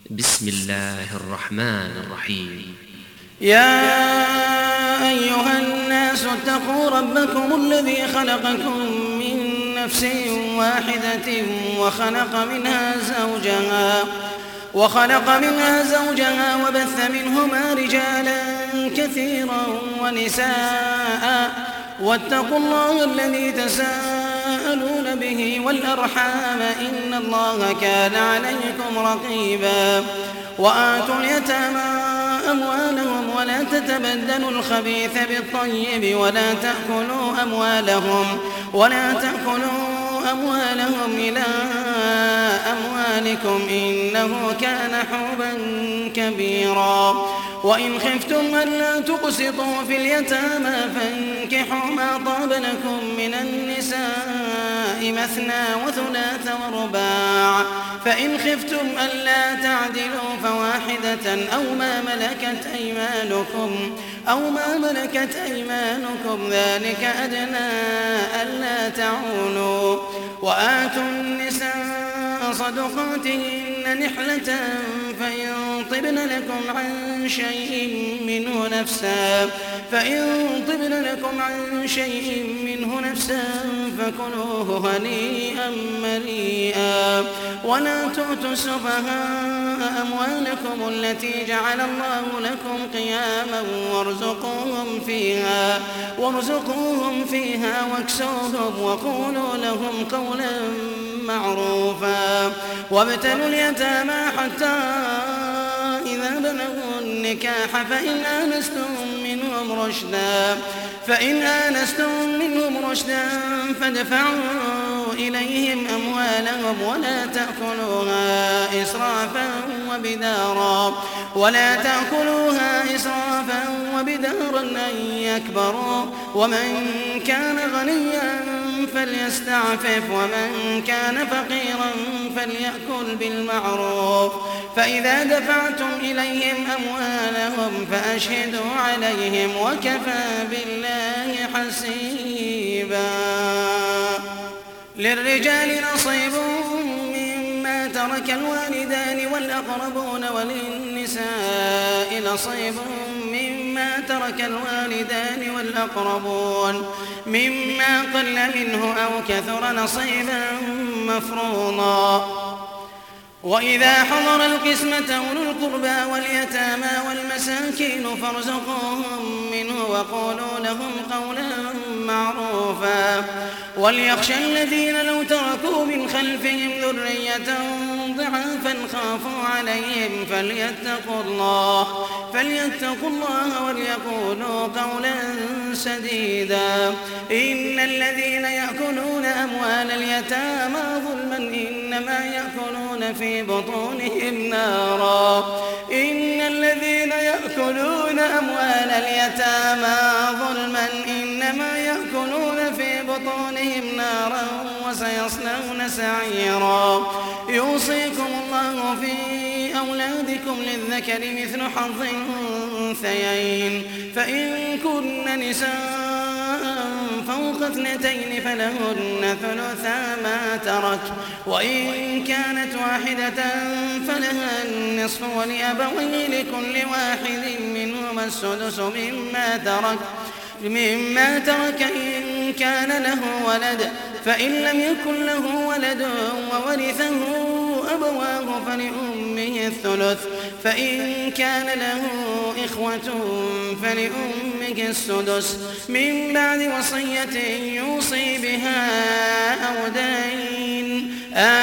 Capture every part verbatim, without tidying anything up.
بسم الله الرحمن الرحيم. يا أيها الناس اتقوا ربكم الذي خلقكم من نفس واحدة وخلق منها زوجها وخلق منها زوجها وبث منهما رجالا كثيرا ونساء واتقوا الله الذي تساءلون به والأرحام إن الله كان عليكم رقيبا. وآتوا اليتامى أموالهم ولا تتبدلوا الخبيث بالطيب ولا تأكلوا أموالهم ولا تأكلوا أموالهم إلى أموالكم إنه كان حوبا كبيرا. وإن خفتم ألا تقسطوا في اليتامى فانكحوا ما طاب لكم من النساء مثنى وثلاث ورباع، فإن خفتم ألا تعدلوا فواحدة أو ما ملكت أيمانكم أو ما ملكت أيمانكم ذلك أدنى ألا تعولوا. وآتوا النساء صدقاتهن نحلة فإن طبن لكم عن شيء منه نفسا فإن طبن لكم عن شيء منه نفسا فكلوه هنيئا مريئا. ولا تؤتوا السفهاء أموالكم التي جعل الله لكم قياما وارزقوهم فيها وارزقوهم فيها واكسوهم وقولوا لهم قولا معروفا. وابتلوا اليتامى حتى إذا بلغوا النكاح فإن آنستم منهم رشدا فإن آنستم منهم رشدا فادفعوا إليهم أموالهم ولا تأكلوها إسرافا وبدارا ولا تأكلوها إسرافا وبدارا أن يكبروا. ومن كان غنيا فليستعفف ومن كان فقيرا فليأكل بالمعروف. فإذا دفعتم إليهم أموالهم فأشهدوا عليهم وكفى بالله حسيبا. للرجال نصيب مما ترك الوالدان والأقربون وللنساء نصيب مما ترك الوالدان والأقربون مما قل منه أو كثر نصيبا مفروضا. وإذا حضر القسمة أولو القربى واليتامى والمساكين فارزقوهم منه وقولوا لهم قولا معروفا. وليخشى الذين لو تركوا من خلفهم ذرية ضعافا خافوا عليهم فليتقوا الله فليتقوا الله وليقولوا قولا سديدا. إن الذين يأكلون أموال اليتامى ظلما إنما يأكلون في بطونهم نارا إن الذين يأكلون أموال اليتامى ظلما إنما يأكلون في بطونهم نارا وسيصلون سعيرا. يوصيكم الله في أولادكم للذكر مثل حظ الأنثيين فإن كن نساء فوق اثنتين فلهن ثلثا ما ترك وإن كانت واحدة فلها النصف ولأبويه لكل واحد منهما السدس مما ترك مما ترك إن كان له ولد فإن لم يكن له ولد وورثه أبواه فلأمه الثلث فإن كان له إخوة فلأمه السدس من بعد وصية يوصي بها أو دين.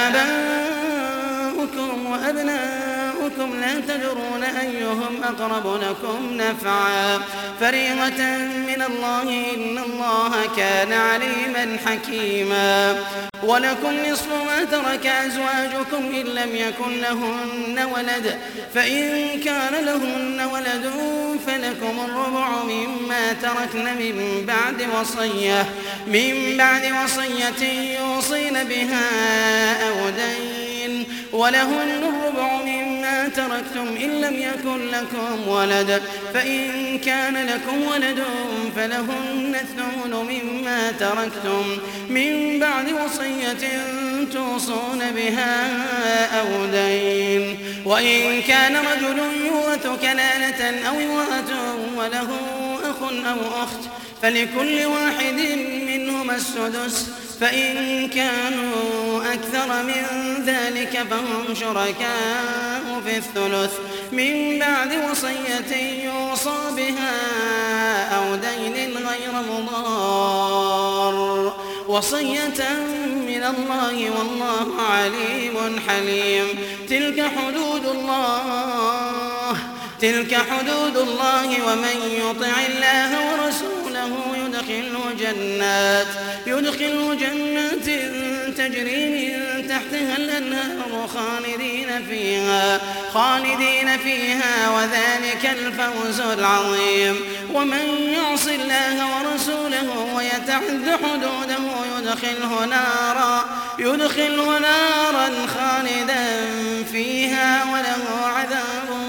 آباؤكم وأبناؤكم لا تدرون أيهم أقرب لكم نفعا فريضة من الله إن الله كان عليما حكيما. ولكم نصف ما ترك أزواجكم إن لم يكن لهن ولد فإن كان لهن ولد فلكم الربع مما تركن من بعد وصية من بعد وصية يوصين بها أو دين. ولهن الربع مما ترك تركتم إن لم يكن لكم ولد، فإن كان لكم ولد فلهن الثمن مما تركتم من بعد وصية توصون بها أو دين. وإن كان رجل يورث كلالة أو امرأة وله أخ أو أخت فلكل واحد منهما السدس، فإن كانوا أكثر من ذلك فهم شركاء في الثلث من بعد وصية يوصى بها أو دين غير مضار، وصية من الله والله عليم حليم. تلك حدود الله تلك حدود الله ومن يطع الله ورسوله يدخله جنات يدخله جنات تجري من تحتها الأنهار خالدين فيها خالدين فيها وذلك الفوز العظيم. ومن يعص الله ورسوله ويتعد حدوده يدخله نارا يدخله نارا خالدا فيها وله عذاب.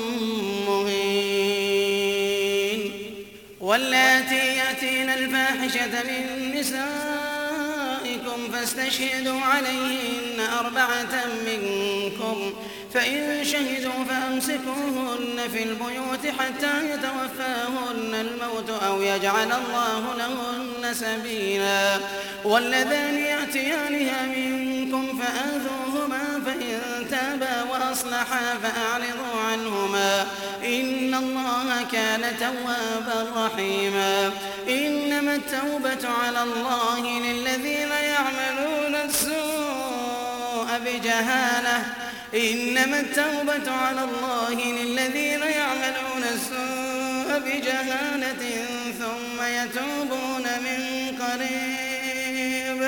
واللاتي يأتين الفاحشة من نسائكم فاستشهدوا عليهن أربعة منكم، فإن شهدوا فأمسكوهن في البيوت حتى يتوفاهن الموت أو يجعل الله لهن سبيلا. واللذان يأتيانها منكم فآذوهما فإن تابا وأصلحا فأعرضوا عنهما إن الله كان توابا رحيما. إنما التوبة على الله للذين يعملون السوء بجهالة إنما التوبة على الله للذين يعملون السوء بجهالة ثم يتوبون من قريب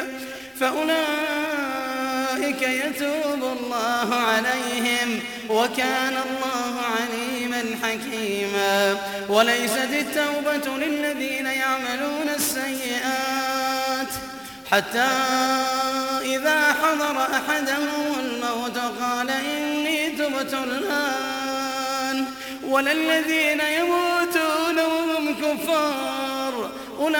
فأولئك يتوب الله عليهم وكان الله عليما حكيما. وليست التوبة للذين يعملون السيئات حتى إذا حضر أحدهم الموت قال إني تبت الآن، ولا الذين يموتون وهم كفار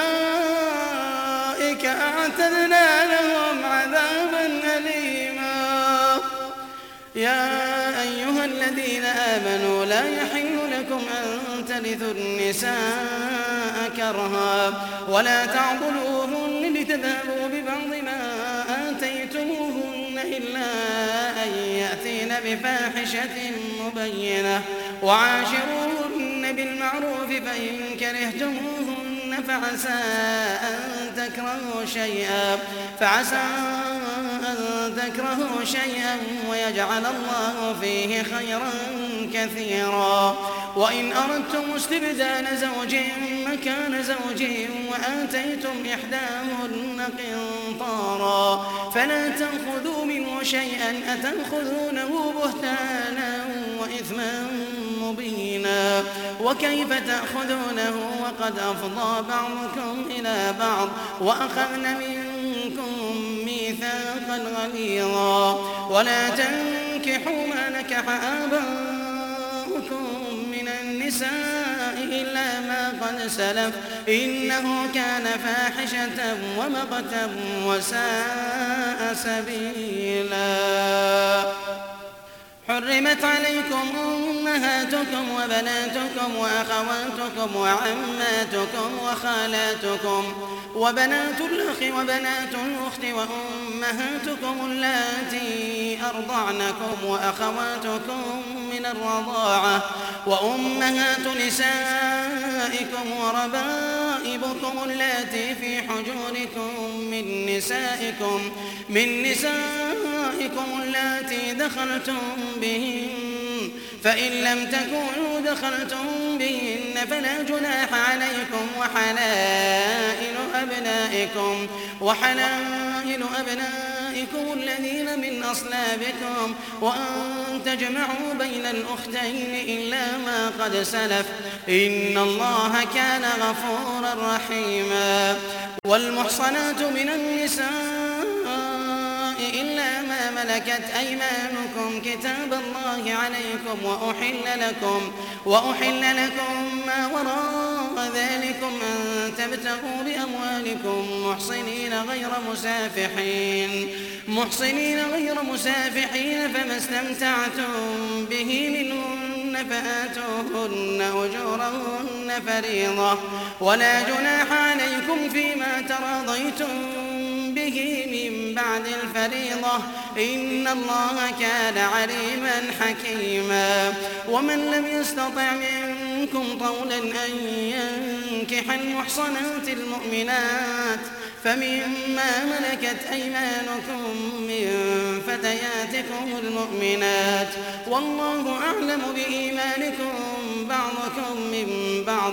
أولئك أعتدنا لهم عذابا أليما. يا أيها الذين آمنوا لا يحل لكم أن ترثوا النساء كرها ولا تعضلوهن لتذهبوا ببعض ما آتيتموهن إلا أن يأتين بفاحشة مبينة وعاشروهن بالمعروف فإن كرهتموهن فعسى أن تكرهوا شيئا فعسى أن تكرهوا شيئا ويجعل الله فيه خيرا كثيرا. وإن أردتم استبدال زوج مكان زوج وآتيتم إحداهن قنطارا فلا تأخذوا منه شيئا أتأخذونه بهتانا وإثما مبينا. وكيف تأخذونه وقد أفضى بعضكم إلى بعض وأخذن منكم ميثاقا غليظا. ولا تنكحوا ما نكح آباؤكم من النساء إلا ما قد سلف إنه كان فاحشة ومقتا وساء سبيلا. حرمت عليكم أمهاتكم وبناتكم وأخواتكم وعماتكم وخالاتكم وبنات الأخ وبنات الأخت وأمهاتكم اللاتي أرضعنكم وأخواتكم من الرضاعة وأمهات نسائكم وربائبكم اللاتي في حجوركم من نسائكم من نسائكم اللاتي دخلتم بهن فإن لم تكونوا دخلتم بهن فلا جناح عليكم وحلائل أبنائكم وحلائل أبنائكم الذين من أصلابكم وأن تجمعوا بين الأختين إلا ما قد سلف إن الله كان غفورا رحيما. والمحصنات من النساء إلا ما ملكت أيمانكم كتاب الله عليكم وأحل لكم, وأحل لكم ما وراء ذلكم أن تبتغوا بأموالكم محصنين غير مسافحين محصنين غير مسافحين فما استمتعتم به منهن فآتوهن أجورهن فريضة ولا جناح عليكم فيما تراضيتم به من بعد الفريضة إن الله كان عليما حكيما. ومن لم يستطع منكم طولا أن ينكح المحصنات المؤمنات فمما ملكت أيمانكم من فتياتكم المؤمنات والله أعلم بإيمانكم بعضكم من بعض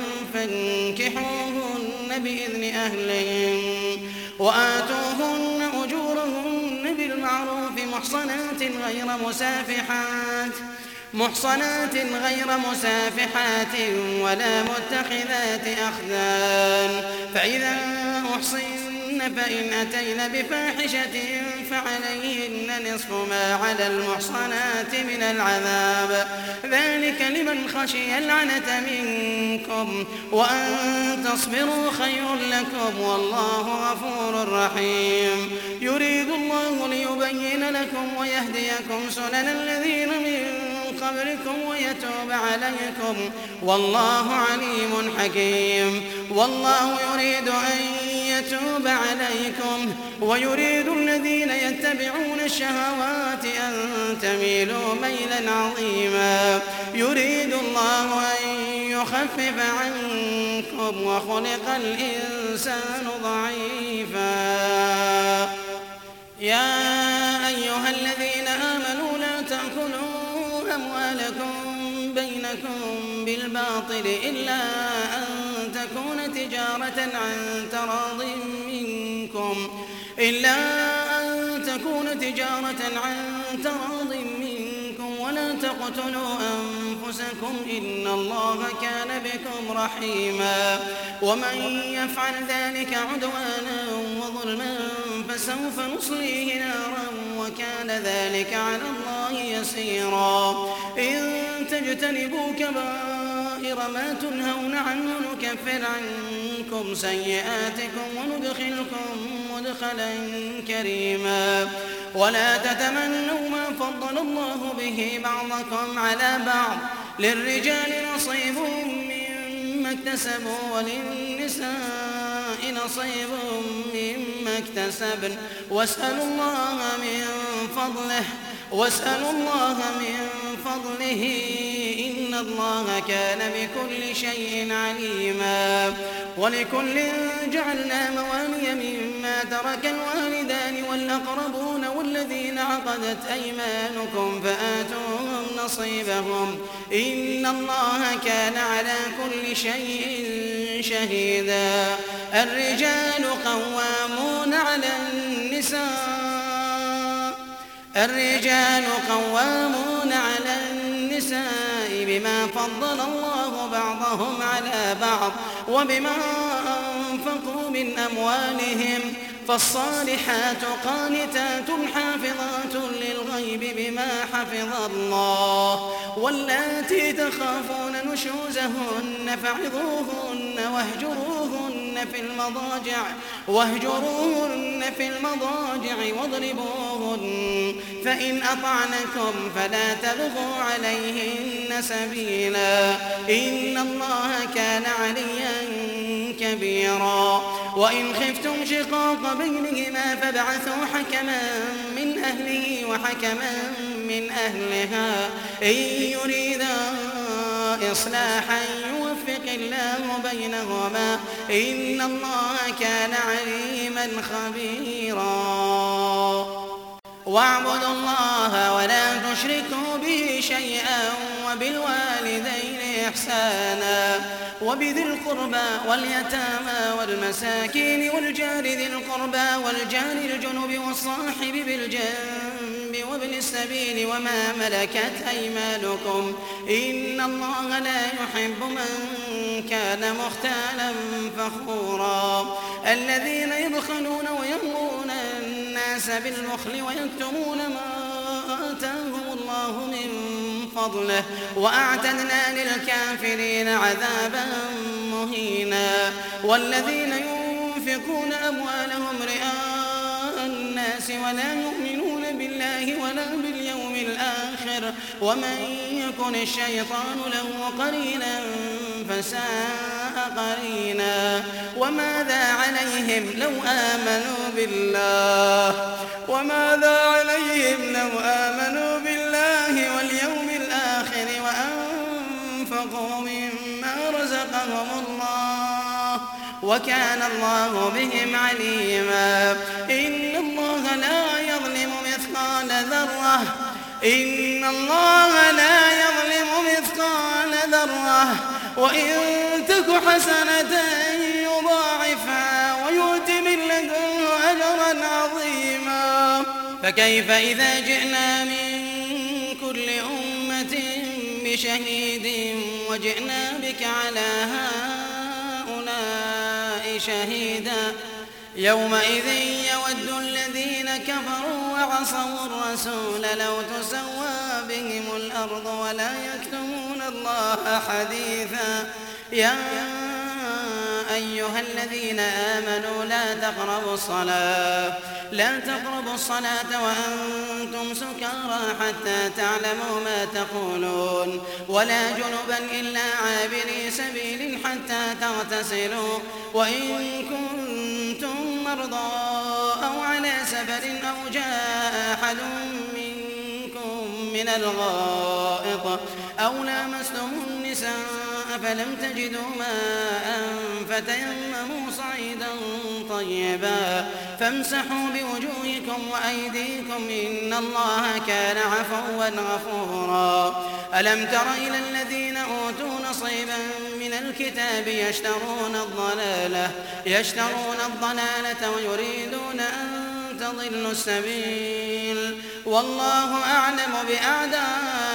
فانكحوهن بإذن أهلهن وآتوهن أجورهن بالمعروف محصنات غير مسافحات محصنات غير مسافحات ولا متخذات أخدان فإذا أحصن فإن أتين بفاحشة فعليهن نصف ما على المحصنات من العذاب ذلك لمن خشي العنة منكم وأن تصبروا خير لكم والله غفور رحيم. يريد الله ليبين لكم ويهديكم سنن الذين من قبلكم ويتوب عليكم والله عليم حكيم. والله يريد أن يتوب عليكم ويريد الذين يتبعون الشهوات أن تميلوا ميلا عظيما. يريد الله أن يخفف عنكم وخلق الإنسان ضعيفا. يا أيها الذين آمنوا لا تأكلوا أموالكم بينكم بالباطل إلا أن تكون تجارة عن تراض منكم إلا أن تكون تجارة عن تراض منكم ولا تقتلوا أنفسكم إن الله كان بكم رحيما. ومن يفعل ذلك عدوانا وظلما فسوف نصليه نارا وكان ذلك على الله يسيرا. إن تجتنبوا كبائر ما تنهون عنه نكفر عنكم سيئاتكم وندخلكم مدخلا كريما. ولا تتمنوا ما فضل الله به بعضكم على بعض للرجال نصيب مما اكتسبوا وللنساء نصيب مما اكتسبن واسألوا الله من فضله واسألوا الله من فضله إن الله كان بكل شيء عليما. ولكل جعلنا موالي مما ترك الوالدان والأقربون والذين عقدت أيمانكم فآتوهم نصيبهم إن الله كان على كل شيء شهيدا. الرجال قوامون على النساء الرجال قوامون على النساء بما فضل الله بعضهم على بعض وبما أنفقوا من أموالهم فالصالحات قانتات حافظات للغيب بما حفظ الله واللاتي تخافون نشوزهن فعظوهن واهجروهن في المضاجع واهجروهن في المضاجع واضربوهن فإن أطعنكم فلا تبغوا عليهن سبيلا إن الله كان عليا كبيرا. وإن خفتم شقاق بينهما فابعثوا حكما من أهله وحكما من أهلها إن يريدا إصلاحا يوفق الله بينهما إن الله كان عليما خبيرا. واعبدوا الله ولا تشركوا به شيئا وبالوالدين إحسانا وبذي القربى واليتامى والمساكين والجار ذي القربى والجار الجنب والصاحب بالجنب وابن السبيل وما ملكت أيمانكم إن الله لا يحب من كان مختالا فخورا. الذين يبخلون ويأمرون الناس الناس بالبخل ويكتمون ما آتاهم الله من فضله وأعتدنا للكافرين عذابا مهينا. والذين ينفقون أموالهم رئاء الناس ولا يؤمنون بالله ولا باليوم الآخر ومن يكن الشيطان له قرينا فساء قرينا. وماذا عليهم لو آمنوا بالله وماذا عليهم لو آمنوا بالله واليوم الآخر وأنفقوا مما رزقهم الله وكان الله بهم عليما. إن الله لا يظلم مثقال ذرة إن الله لا يظلم مثقال ذرة وإن تك حسنة يضاعفها ويؤت من لدنه أجرا عظيما. فكيف إذا جئنا من كل أمة بشهيد وجئنا بك على هؤلاء شهيدا يومئذ يود الذين كفروا وعصوا الرسول لو تسوى بهم الأرض ولا يكتمون الله حديثا. يا أيها الذين آمنوا لا تقربوا الصلاة لا تقربوا الصلاة وأنتم سكارى حتى تعلموا ما تقولون ولا جنبا إلا عابري سبيل حتى تغتسلوا وإن كنتم مرضى أو على سفر أو جاء أحد منكم من الغائط أو لامستم النساء فلم تجدوا ماء فتيمموا صعيدا طيبا فامسحوا بوجوهكم وأيديكم إن الله كان عفوا غفورا. ألم تر إلى الذين أوتوا نصيبا من الكتاب يشترون الضلالة يشترون الضلالة ويريدون أن تضلوا السبيل والله أعلم بأعدائكم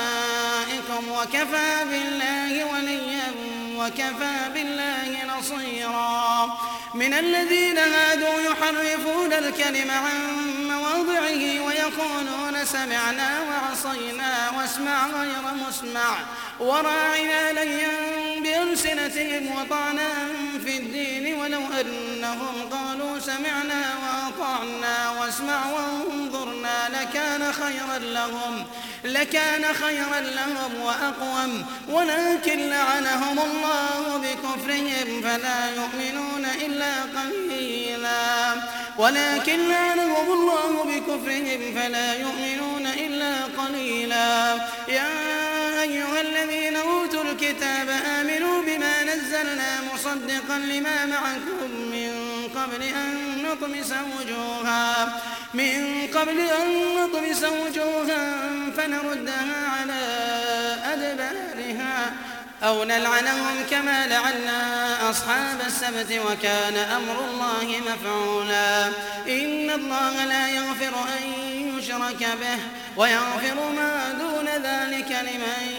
وكفى بالله وليا وكفى بالله نصيرا. من الذين هادوا يحرفون الكلم عن مواضعه ويقولون سمعنا وعصينا واسمع غير مسمع وراعنا ليا بألسنتهم وطعنا في الدين ولو أنهم قالوا سمعنا وأطعنا واسمع وانظرنا لكان خيرا لهم لكان خيرا لهم وأقوم ولكن لعنهم الله بكفرهم فلا يؤمنون إلا قليلا ولكن لعنهم الله بكفرهم فلا يؤمنون إلا قليلا. يا أيها الذين أوتوا الكتاب آمنوا بما نزلنا مصدقا لما معكم من قبل أن نطمس وجوها من قبل أن نطمس وجوها فنردها على أدبارها أو نلعنهم كما لعنا أصحاب السبت وكان أمر الله مفعولا. إن الله لا يغفر أن يشرك به ويغفر ما دون ذلك لمن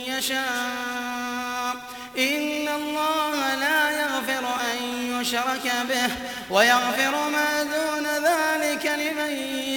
يشاء إن الله لا يغفر أن يشرك به ويغفر ما دون ذلك لمن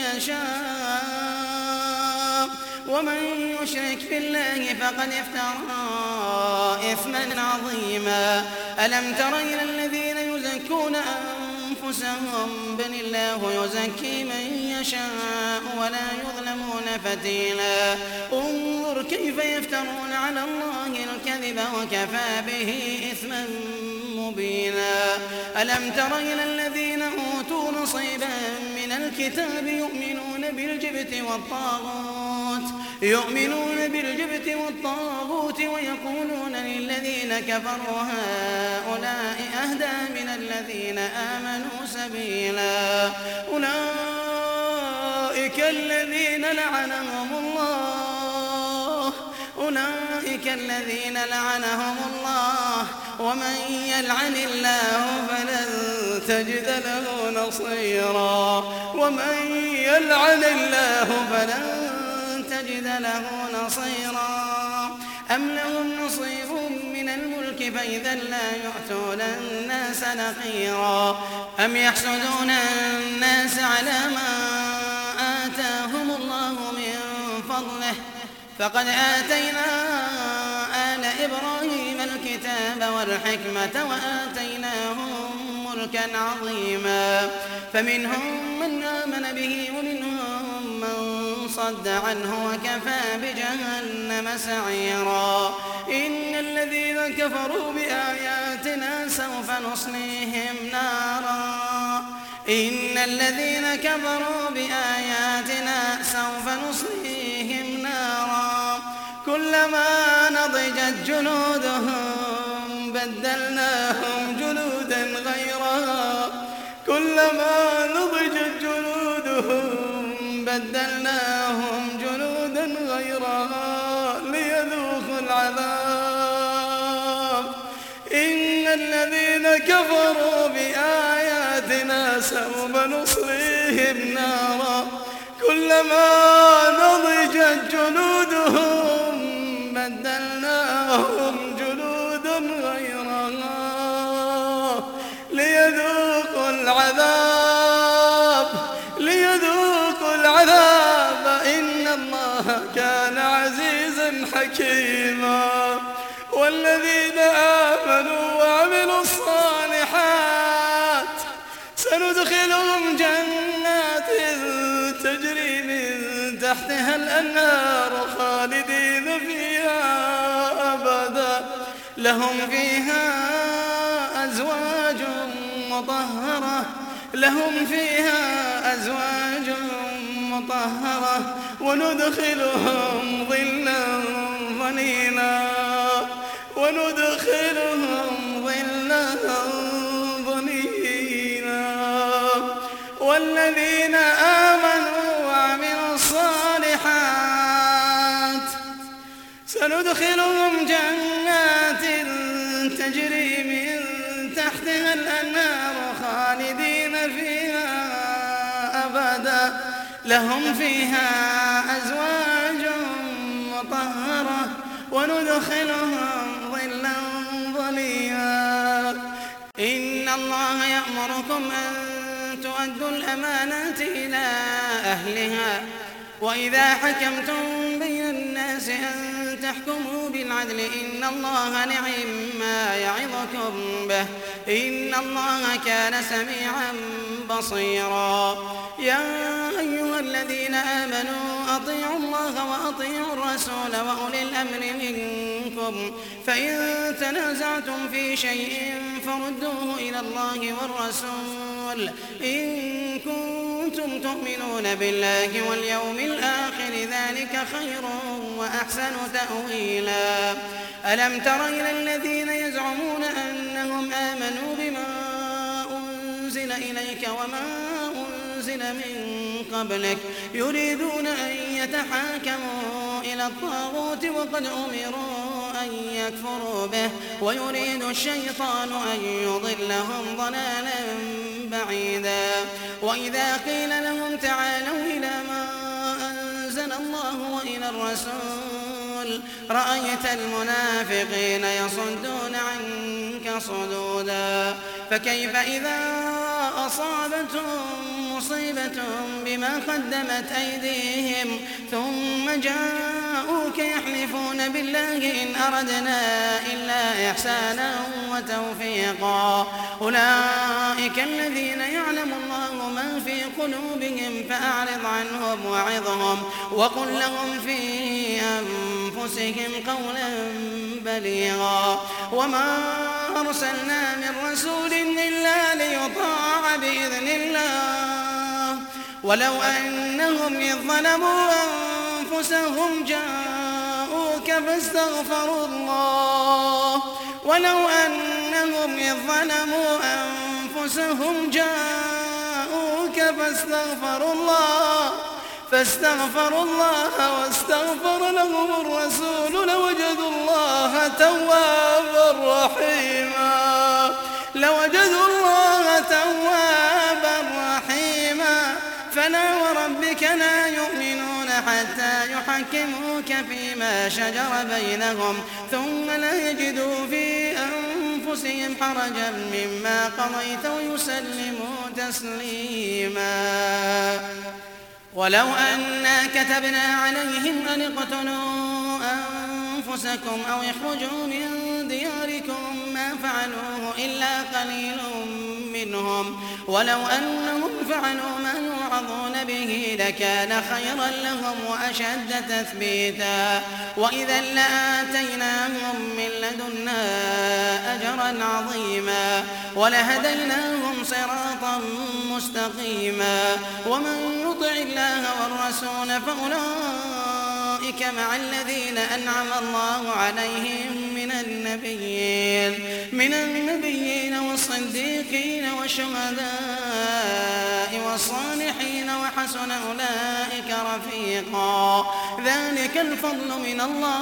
يشاء ومن يشرك بالله فقد افترى إثما عظيما. ألم تر إلى الذين يزكون أنفسهم بل الله يزكي من يشاء ولا يظلمون فتيلا. انظر كيف يفترون على الله الكذب وكفى به إثما مبينا. ألم تر إلى الذين أوتوا نصيبا من الكتاب يؤمنون بالجبت والطاغوت يؤمنون بالجبت والطاغوت ويقولون للذين كفروا هؤلاء أهدى من الذين آمنوا سبيلا. أولئك الذين لعنهم الله أولئك الذين لعنهم الله ومن يلعن الله فلن تجد له نصيرا ومن يلعن الله فلن تجد له نصيرا. أم لهم نصيب من الملك فإذا لا يؤتون الناس نقيرا أم يحسدون الناس على ما آتاهم الله من فضله فقد آتينا آل إبراهيم الكتاب والحكمة وآتيناهم ملكا عظيما فمنهم من آمن به ومنهم من صد عنه وكفى بجهنم سعيرا إن الذين كفروا بآياتنا سوف نصليهم نارا إن الذين كفروا بآياتنا سوف نصليهم نارا كلما نضجت جلودهم بدلناهم جلودا غيرها كلما نضجت جلودهم بدلناهم جلودا غيرها ليذوقوا العذاب إن الذين كفروا بآياتنا سوف نصليهم نارا كلما نضجت جلودهم بدلناهم جلودا غيرها ليذوقوا العذاب ليذوقوا العذاب إن الله كان عزيزا حكيما والذين آمنوا وعملوا الصالحات سندخلهم جنات تجري من تحتها الأنهار خالدين فيها أبدا لهم فيها أزواج مطهرة لهم فيها أزواج مطهرة وندخلهم ظلا ظليلا وندخلهم ظلا ظليلا والذين آمنوا وعملوا الصالحات سندخلهم جنات تجري من تحتها الأنهار خالدين فيها أبدا لهم فيها أزواج مطهرة وندخلهم ظلا ظليلا إن الله يأمركم أن تؤدوا الأمانات إلى أهلها وإذا حكمتم بين الناس أن تحكموا بالعدل إن الله نعم ما يعظكم به إن الله كان سميعا بصيرا يا أيها الذين آمنوا أطيعوا الله وأطيعوا الرسول وأولي الأمر منكم فإن تنازعتم في شيء فردوه إلى الله والرسول إن كنتم تؤمنون بالله واليوم الآخر ذلك خير وأحسن تأويلا ألم تر إلى الذين يزعمون أنهم آمنوا بما أنزل إليك وما أنزل من قبلك يريدون أن يتحاكموا إلى الطاغوت وقد أمروا أن يكفروا به ويريد الشيطان أن يضلهم ضلالا بعيدا وإذا قيل لهم تعالوا إلى ما أنزل الله وإلى الرسول رأيت المنافقين يصدون عنك صدودا فكيف إذا أصابتهم مصيبة بما قدمت أيديهم ثم جاءوك يحلفون بالله إن أردنا إلا إحسانا وتوفيقا أولئك الذين يعلم الله ما في قلوبهم فأعرض عنهم وعظهم وقل لهم في أنفسهم قولا بليغا وما أرسلنا من رسول إلا ليطاع بإذن الله ولو أنهم إذ ظلموا أنفسهم جاءوك فاستغفروا الله ولو أنهم إذ ظلموا أنفسهم جاءوك فاستغفروا الله فاستغفروا الله واستغفر لهم الرسول لوجدوا الله توابا رحيما لوجدوا الله توابا رحيما فلا وربك لا يؤمنون حتى يحكموا ويحكموك فيما شجر بينهم ثم لا يجدوا في أنفسهم حرجا مما قضيت ويسلموا تسليما. ولو أنا كتبنا عليهم أن اقتلوا أنفسكم أو اخرجوا من دياركم ما فعلوه إلا قليل منهم ولو أنهم فعلوا ما يوعظون به لكان خيرا لهم وأشد تثبيتا وإذا لآتيناهم من لدنا أجرا عظيما ولهديناهم صراطا مستقيما. ومن يطع الله والرسول فأولئك مع الذين أنعم الله عليهم من النبيين من النبيين والصديقين والشهداء والصالحين وحسن أولئك رفيقا. ذلك الفضل من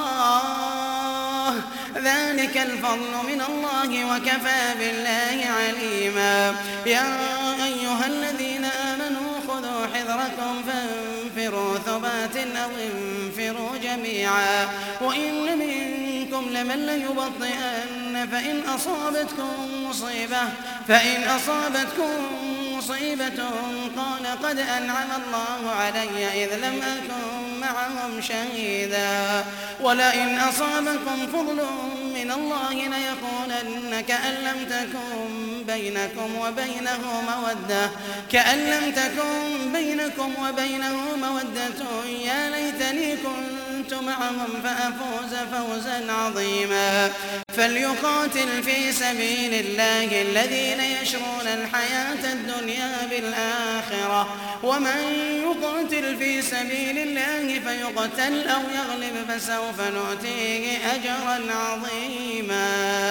الله ذلك الفضل من الله وكفى بالله عليما. يا أيها الذين آمنوا خذوا حذركم فانفروا ثبات أو انفروا جميعا وإن منكم لمن ليبطئن فإن أصابتكم مصيبة فإن أصابتكم مصيبة قال قد أنعم الله علي إذ لم أكن معهم شهيدا ولئن أصابكم فضل من الله ليقولن كأن لم تكن بينكم وبينه مودة كأن لم تكن بينكم وبينه مودة يا ليتني كنت معهم فأفوز فوزا عظيما. فليقاتل في سبيل الله الذين يشرون الحياة الدنيا بالآخرة ومن يقاتل في سبيل الله فيقتل أو يغلب فسوف نؤتيه أجرا عظيما.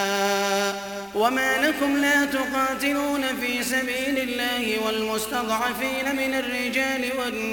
وما لكم لا تقاتلون في سبيل الله والمستضعفين من الرجال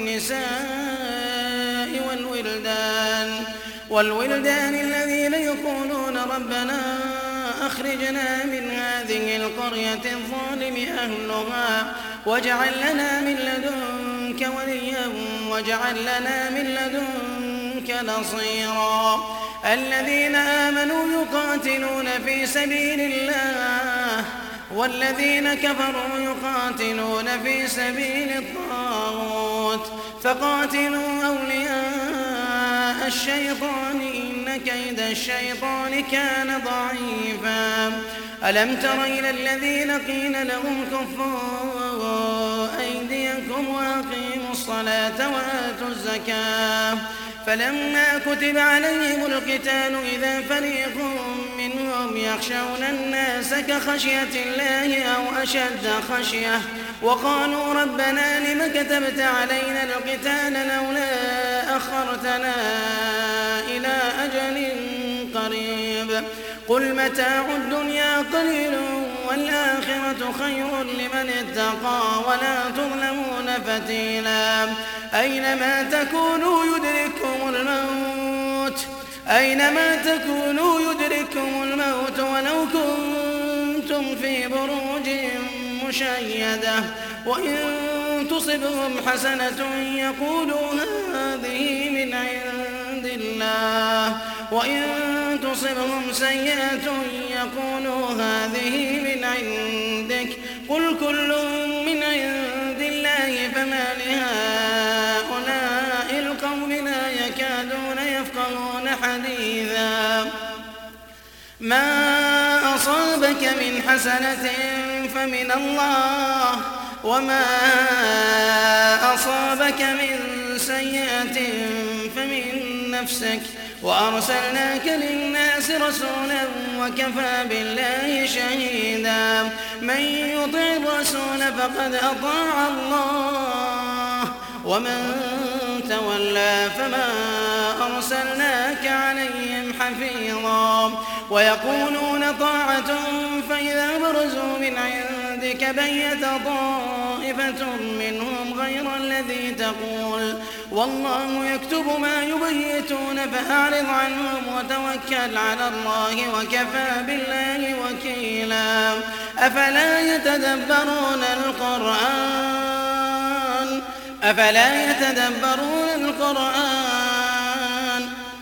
والنساء والولدان والولدان الذين يقولون ربنا أخرجنا من هذه القرية الظالم أهلها واجعل لنا من لدنك وليا واجعل لنا من لدنك نصيرا. الذين آمنوا يقاتلون في سبيل الله والذين كفروا يقاتلون في سبيل الطاغوت فقاتلوا أولياء الشيطان إن كيد الشيطان كان ضعيفا. ألم تر إلى الذين قيل لهم كفوا أيديكم وأقيموا الصلاة وآتوا الزكاة فلما كتب عليهم القتال إذا فريق منهم يخشون الناس كخشية الله أو أشد خشية وقالوا ربنا لم كتبت علينا القتال لولا أخرتنا إلى أجل قريب قل متاع الدنيا قليل والآخرة خير لمن اتقى ولا تظلمون فتيلا. أينما تكونوا يدرككم الموت أينما تكونوا يدرككم الموت ولو كنتم في بروج مشيدة وإن تصبهم حسنة يقولوا هذه من عند الله وإن تصبهم سيئة يقولوا هذه من عندك قل كل من عند الله فما لهؤلاء القوم لا يكادون يفقهون حديثا. ما أصابك من حسنة فمن الله وما أصابك من سيئة فمن نفسك وأرسلناك للناس رسولا وكفى بالله شهيدا. من يطع الرسول فقد أطاع الله ومن تولى فما أرسلناك عليهم حفيظا. ويقولون طاعة فإذا برزوا من عندك بيت طائفة منهم غير الذي تقول والله يكتب ما يبيتون فأعرض عنهم وتوكل على الله وكفى بالله وكيلا. أفلا يتدبرون القرآن أفلا يتدبرون القرآن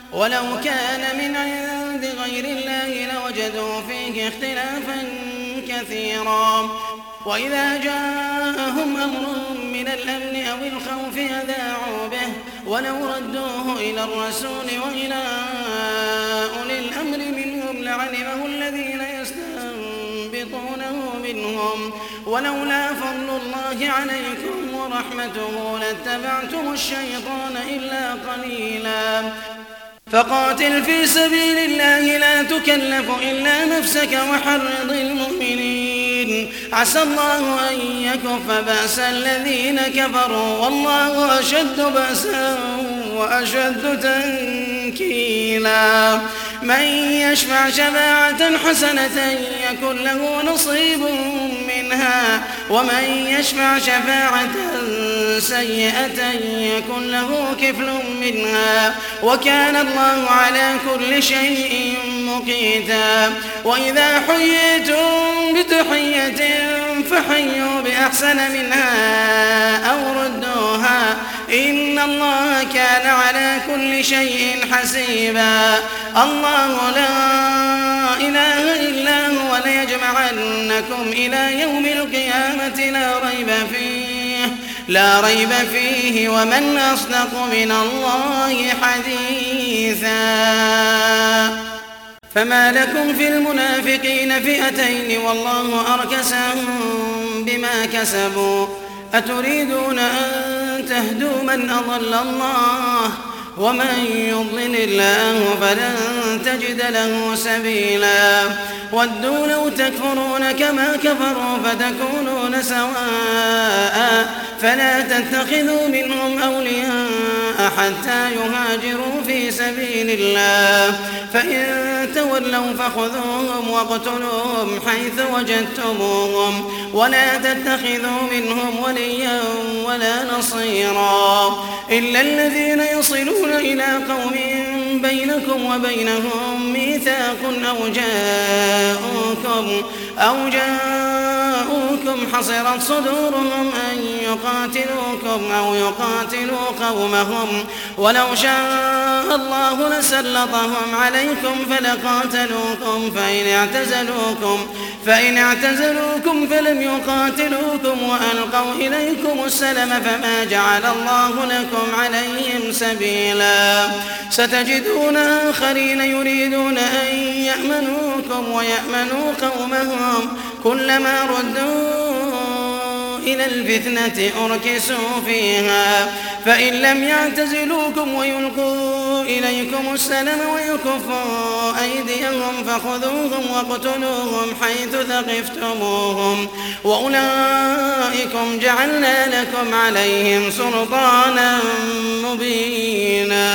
ولو كان من عند غير الله لوجدوا فيه اختلافا كثيرا وإذا جاءهم أمر من الأمن أو الخوف أذاعوا به ولو ردوه إلى الرسول وإلى أولي الأمر منهم لعلمه الذين يستنبطونه منهم ولولا فضل الله عليكم ورحمته لاتبعتم الشيطان إلا قليلا فقاتل في سبيل الله لا تكلف إلا نفسك وحرض المؤمنين عسى الله أن يكف بأس الذين كفروا والله أشد بأسا وأشد تنكيلا من يشفع شفاعة حسنة يكن له نصيب منها ومن يشفع شفاعة سيئة يكن له كفل منها وكان الله على كل شيء مقيتا وإذا حييتم بتحية فحيوا بأحسن منها أو ردوها إن الله كان على كل شيء حسيبا الله لا إله إلا هو ليجمعنكم إلى يوم القيامة لا ريب فيه لا ريب فيه ومن أصدق من الله حديثا فما لكم في المنافقين فئتين والله أركسهم بما كسبوا أتريدون أن تهدوا من أضل الله ومن يضلل الله فلن تجد له سبيلا ودوا لو تكفرون كما كفروا فتكونون سواء فلا تتخذوا منهم أولياء حتى يهاجروا في سبيل الله فإن تولوا فخذوهم واقتلوهم حيث وجدتموهم ولا تتخذوا منهم وليا ولا نصيرا إلا الذين يصلون إلى قوم بينكم وبينهم ميثاق أو جاءوكم أو جاءوكم حصرت صدورهم أن يقاتلوكم أو يقاتلوا قومهم ولو شاء الله لسلطهم عليكم فلقاتلوكم فإن اعتزلوكم فإن اعتزلوكم فلم يقاتلوكم وألقوا إليكم السلم فما جعل الله لكم عليهم سبيلا ستجدون آخرين يريدون أن يأمنوكم ويأمنوا قومهم كلما ردوا إلى الفتنة أركسوا فيها فإن لم يعتزلوكم ويلقوا إليكم السلم ويكفوا أيديهم فخذوهم واقتلوهم حيث ثقفتموهم وأولئكم جعلنا لكم عليهم سلطانا مبينا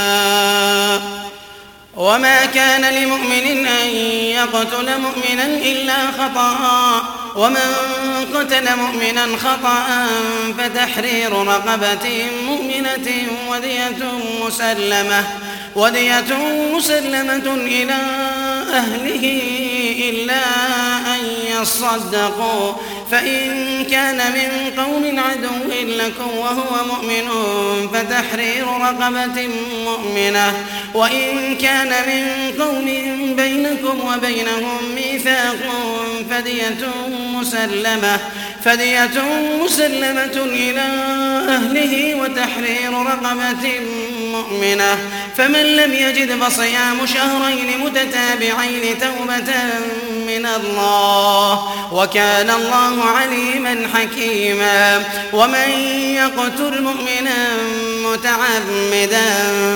وما كان لمؤمن أن يقتل مؤمنا إلا خطأ ومن قتل مؤمنا خطأ فتحرير رقبة مؤمنة ودية مسلمة ودية مسلمة إلى أهله إلا أن يصدقوا فإن كان من قوم عدو لكم وهو مؤمن فتحرير رقبة مؤمنة وإن كان من قوم بينكم وبينهم ميثاق فدية مسلمة فدية مسلمة إلى أهله وتحرير رقبة مؤمنة فمن لم يجد فصيام شهرين متتابعين توبة من الله وكان الله عليما حكيما ومن يقتل مؤمنا متعمدا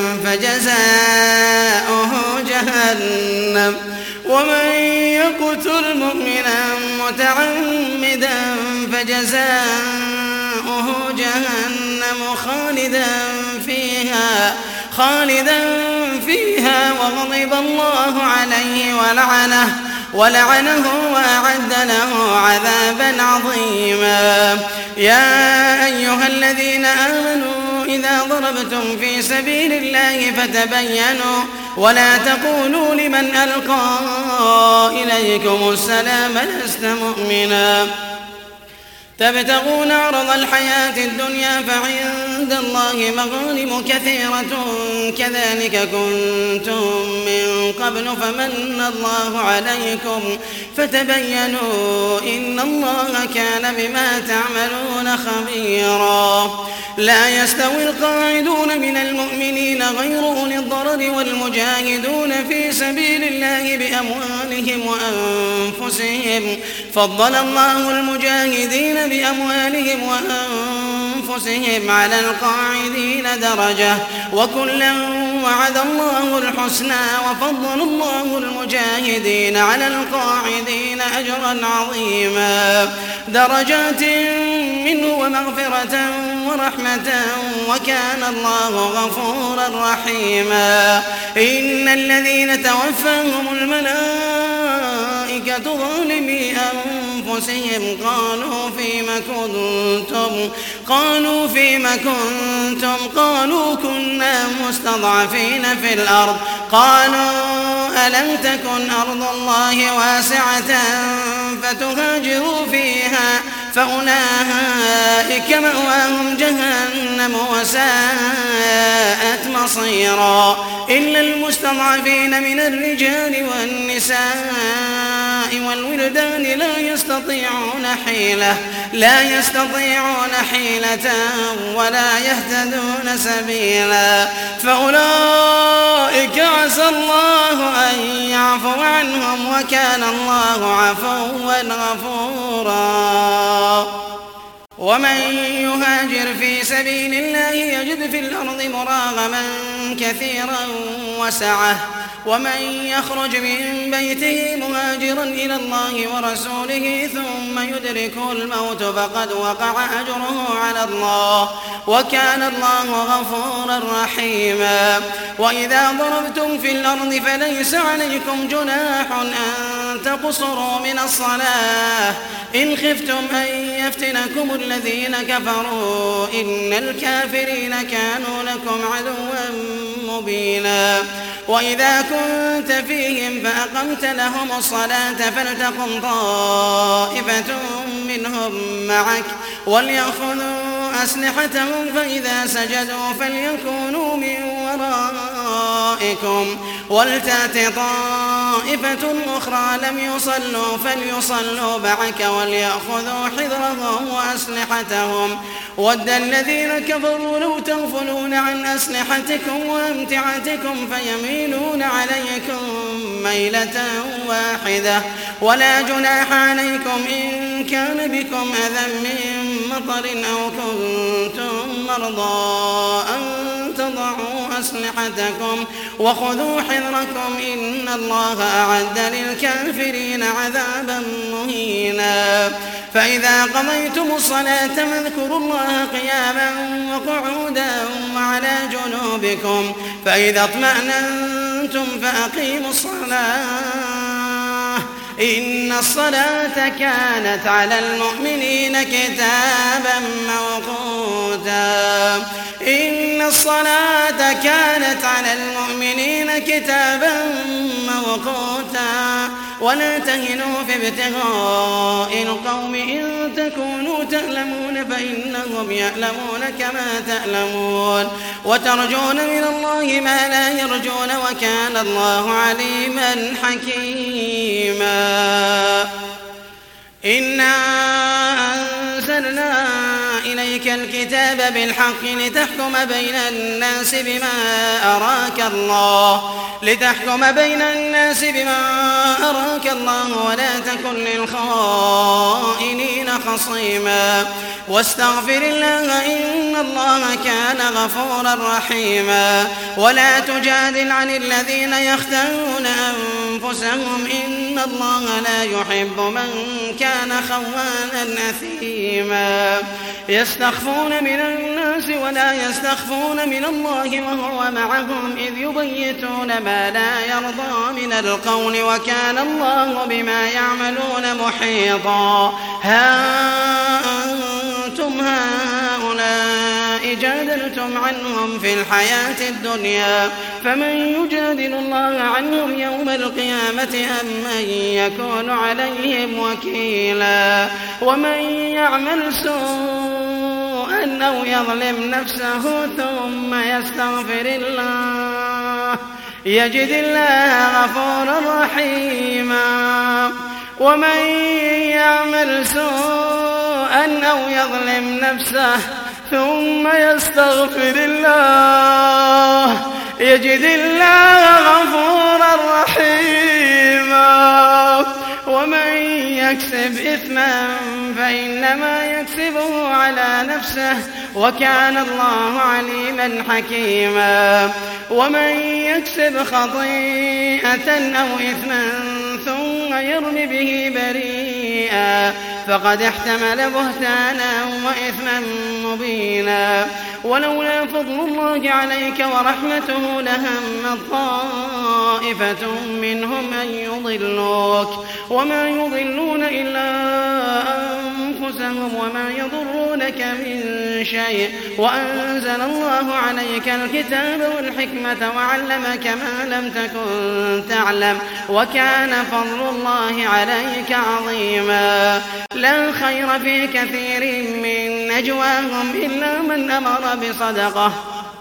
فجزاؤه جهنم ومن يقتل مؤمنا متعمدا فجزاؤه جهنم خالدا فيها خالدا فيها وغضب الله عليه ولعنه ولعنه وأعد له عذابا عظيما يا أيها الذين آمنوا إذا ضربتم في سبيل الله فتبينوا ولا تقولوا لمن ألقى إليكم السلام لست مؤمنا تبتغون عرض الحياة الدنيا فعند الله مغانم كثيرة كذلك كنتم من قبل فمن الله عليكم فتبينوا إن الله كان بما تعملون خبيرا. لا يستوي القاعدون من المؤمنين غير أولي الضرر والمجاهدون في سبيل الله بأموالهم وأنفسهم فضل الله المجاهدين بأموالهم وأنفسهم على القاعدين درجة وكلا وعد الله الحسنى وفضل الله المجاهدين على القاعدين أجرا عظيما درجات منه ومغفرة ورحمة وكان الله غفورا رحيما. إن الذين توفاهم الملائكة ظالمي أنفسهم قالوا فيما كنتم قالوا فيما كنتم قالوا كنا مستضعفين في الأرض قالوا ألم تكن أرض الله واسعة فتهاجروا فيها فأولئك مأواهم جهنم وساءت مصيرا. إلا المستضعفين من الرجال والنساء والولدان لا يستطيعون حيلة لا يستطيعون حيلة ولا يهتدون سبيلا فأولئك عسى الله أن يعفو عنهم وكان الله عفوا غفورا. ومن يهاجر في سبيل الله يجد في الأرض مراغما كثيرا وسعة ومن يخرج من بيته مهاجرا إلى الله ورسوله ثم يدركه الموت فقد وقع أجره على الله وكان الله غفورا رحيما. وإذا ضربتم في الأرض فليس عليكم جناح أن تقصروا من الصلاة إن خفتم أن يفتنكم الذين كفروا إن الكافرين كانوا لكم عدوا مبينا. وإذا كنت فيهم فأقمت لهم الصلاة فلتقم طائفة منهم معك وليأخذوا أسلحتهم فإذا سجدوا فليكونوا من ورائكم ولتأت طائفة أخرى لم يصلوا فليصلوا معك وليأخذوا حذرهم وأسلحتهم ود الذين كفروا لو تغفلون عن أسلحتكم وأمتعتكم فيميلون عليكم ميلة واحدة ولا جناح عليكم إن كان بكم أذى من مطر أو كنتم مرضى أن تضعوا أسلحتكم وخذوا حذركم إن الله أعد للكافرين عذابا مهينا. فإذا قضيتم الصلاة فاذكروا الله قياما وقعودا وعلى جنوبكم فإذا اطمأننتم فأقيموا الصلاة إن الصلاة كانت على المؤمنين كتابا موقوتا إن الصلاة كانت على المؤمنين كتابا موقوتا. ولا تهنوا في ابتغاء القوم إن تكونوا تألمون فإنهم يألمون كما تألمون وترجون من الله ما لا يرجون وكان الله عليما حكيما. إنا أنزلنا إليك الكتاب بالحق لتحكم بين الناس بما أراك الله لتحكم بين الناس بما أراك الله ولا تكن للخائنين خصيما واستغفر الله إن الله كان غفورا رحيما. ولا تجادل عن الذين يختارون أنفسهم إن الله لا يحب من كان خوانا أثيما. يستخفون من الناس ولا يستخفون من الله وهو معهم إذ يبيتون ما لا يرضى من القول وكان الله بما يعملون محيطا. ها أنتم هؤلاء جادلتم عنهم في الحياة الدنيا فمن يجادل الله عنهم يوم القيامة أم من يكون عليهم وكيلا ومن يعمل سوءا أو يظلم نفسه ثم يستغفر الله يجد الله غفورا رحيما ومن يعمل سوءا أو يظلم نفسه ثم يستغفر الله يجد الله غفورا رحيما ومن يكسب إثما فإنما يكسبه على نفسه وكان الله عليما حكيما ومن يكسب خطيئة أو إثما ثم يرم به بريئا فقد احتمل بهتانا وإثما مبينا ولولا فضل الله عليك ورحمته لهم طائفة منهم أن يضلوك وما يضلون إلا أنفسهم وما يضرونك من شيء وأنزل الله عليك الكتاب والحكمة وعلمك ما لم تكن تعلم وكان فضل الله عليك عظيما لا خير في كثير من نجواهم إلا من أمر بصدقة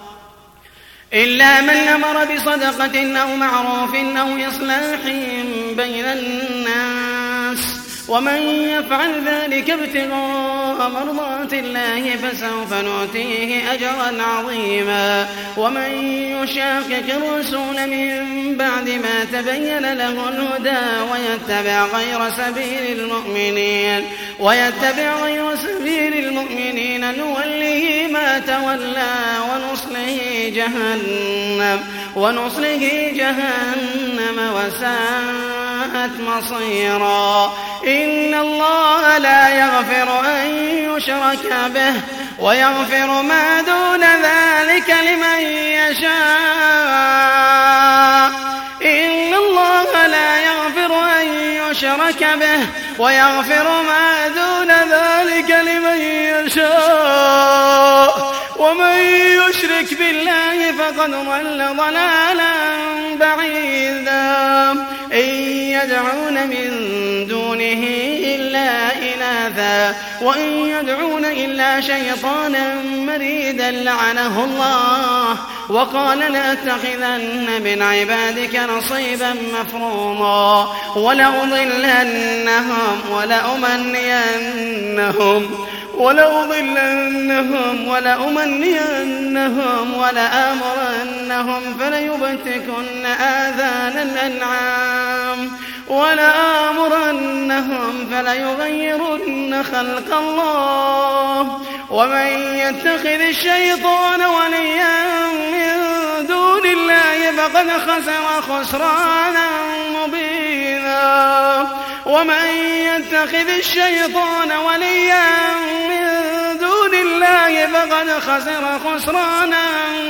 إلا من أمر بصدقة أو معروف أو إصلاح بين الناس ومن يفعل ذلك ابتغاء مرضات الله فسوف نؤتيه أجرا عظيما ومن يشاقق الرسول من بعد ما تبين له الهدى ويتبع غير سبيل المؤمنين ويتبع غير سبيل المؤمنين نوله ما تولى ونصله جهنم ونصله جهنم وساءت مصيرا إن الله لا يغفر أن يشرك به ويغفر ما دون ذلك لمن يشاء إن الله لا يغفر أن يشرك به ويغفر ما دون ذلك لمن يشاء ومن يشرك بالله فقد ضل ضلالا بعيدا إن يدعون من دونه إلا إناثا وإن يدعون إلا شيطانا مريدا لعنه الله وقال لأتخذن من عبادك نصيبا مفروضا ولأضلنهم ولأمنينهم ولأضلنهم ولأمنينهم ولآمرنهم فليبتكن آذان الأنعام ولآمرنهم فليغيرن خلق الله ومن يتخذ الشيطان وليا من دون الله فقد خسر خسرانا مبينا ومن يتخذ الشيطان وليا من دون الله فقد خسر خسرانا